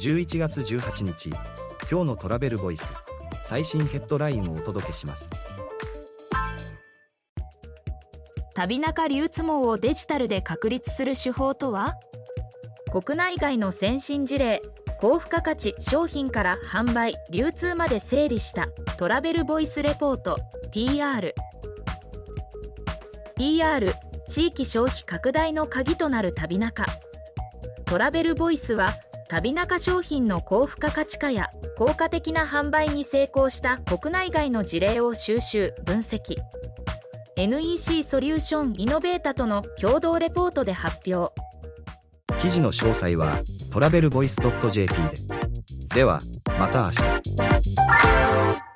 11月18日、今日のトラベルボイス、最新ヘッドラインをお届けします。 旅中流通網をデジタルで確立する手法とは？国内外の先進事例、高付加価値商品から販売・流通まで整理したトラベルボイスレポート PR、地域消費拡大の鍵となる旅中。トラベルボイスは旅中商品の高付加価値化や効果的な販売に成功した国内外の事例を収集・分析。NEC ソリューションイノベータとの共同レポートで発表。 記事の詳細はトラベルボイス .jp で。では、また明日。